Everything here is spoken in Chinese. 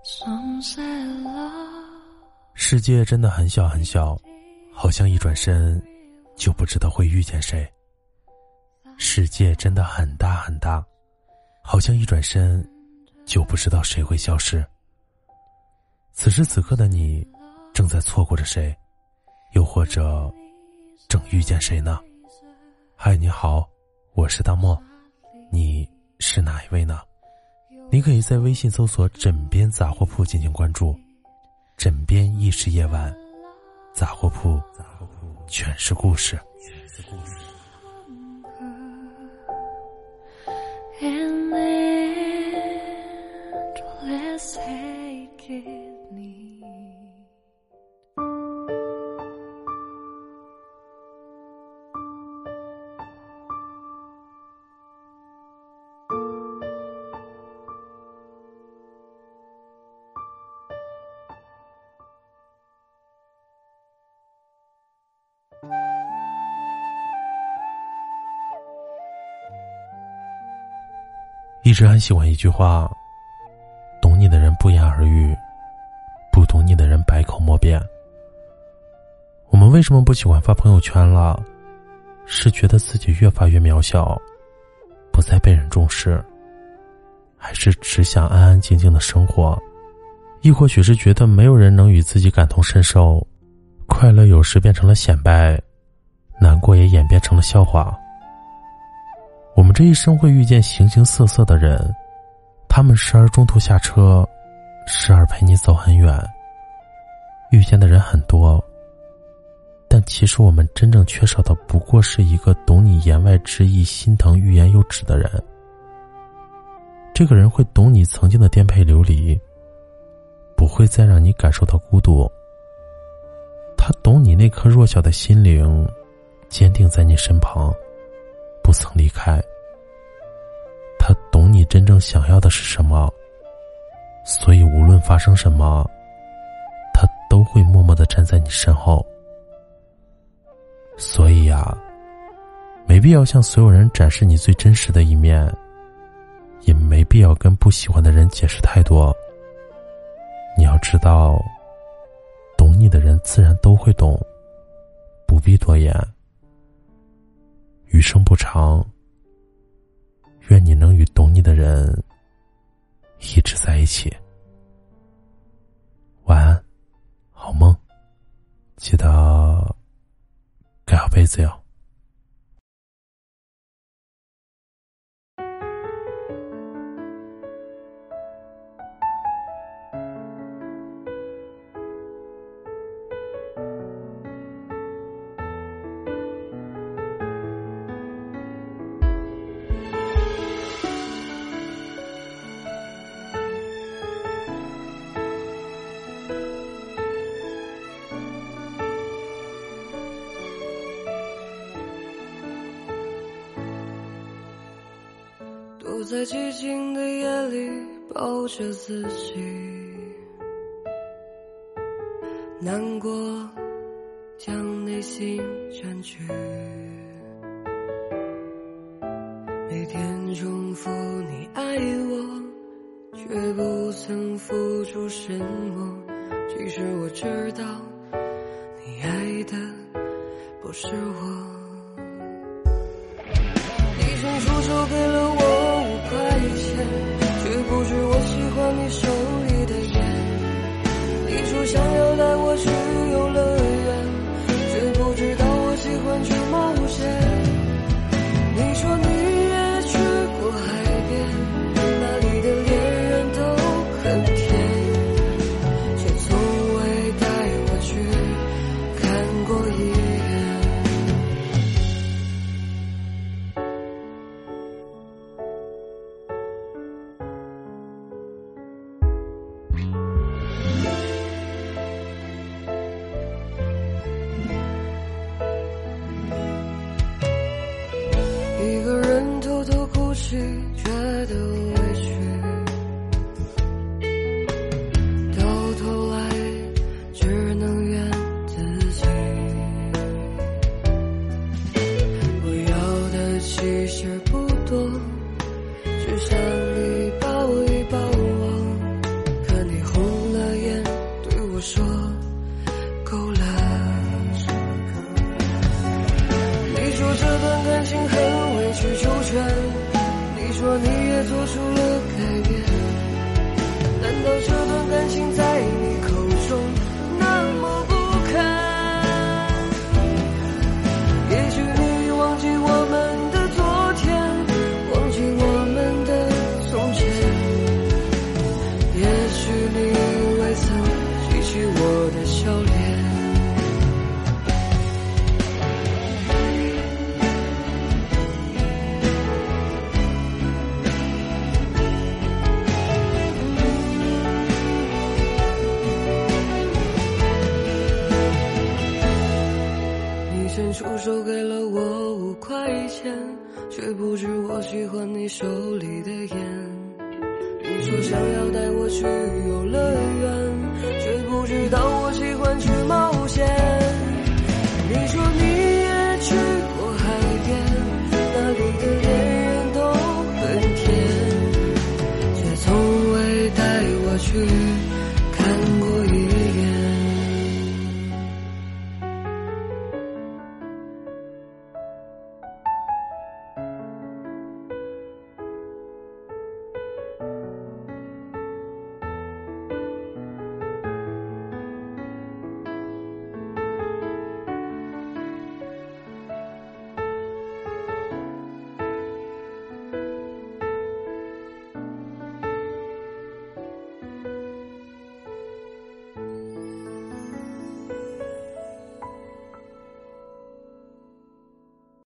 世界真的很小很小，好像一转身就不知道会遇见谁。世界真的很大很大，好像一转身就不知道谁会消失。此时此刻的你正在错过着谁，又或者正遇见谁呢？嗨，你好，我是大漠，你是哪一位呢？你可以在微信搜索枕边杂货铺进行关注，枕边亦是夜晚，杂货铺全是故事。一直很喜欢一句话，懂你的人不言而喻，不懂你的人百口莫辩。我们为什么不喜欢发朋友圈了？是觉得自己越发越渺小，不再被人重视，还是只想安安静静的生活？亦或许是觉得没有人能与自己感同身受，快乐有时变成了显摆，难过也演变成了笑话。我们这一生会遇见形形色色的人，他们时而中途下车，时而陪你走很远。遇见的人很多，但其实我们真正缺少的不过是一个懂你言外之意、心疼欲言又止的人。这个人会懂你曾经的颠沛流离，不会再让你感受到孤独。他懂你那颗弱小的心灵，坚定在你身旁，不曾离开。他懂你真正想要的是什么，所以无论发生什么，他都会默默地站在你身后。所以啊，没必要向所有人展示你最真实的一面，也没必要跟不喜欢的人解释太多。你要知道，懂你的人自然都会懂，不必多言。余生不长，愿你能与懂你的人一直在一起。晚安，好梦，记得盖好被子哟。 躲在寂静的夜里，抱着自己，难过将内心占据，每天重复你爱我，却不曾付出什么。其实我知道你爱的不是我，你伸出手给了我5块钱，却不知我喜欢你手里的烟。你说想要带我去游乐园，却不知道我喜欢去冒险。你说你也去过海边，那里的恋人都很甜，却从未带我去看过一眼。 想要带我去游乐园，却不知道我喜欢去冒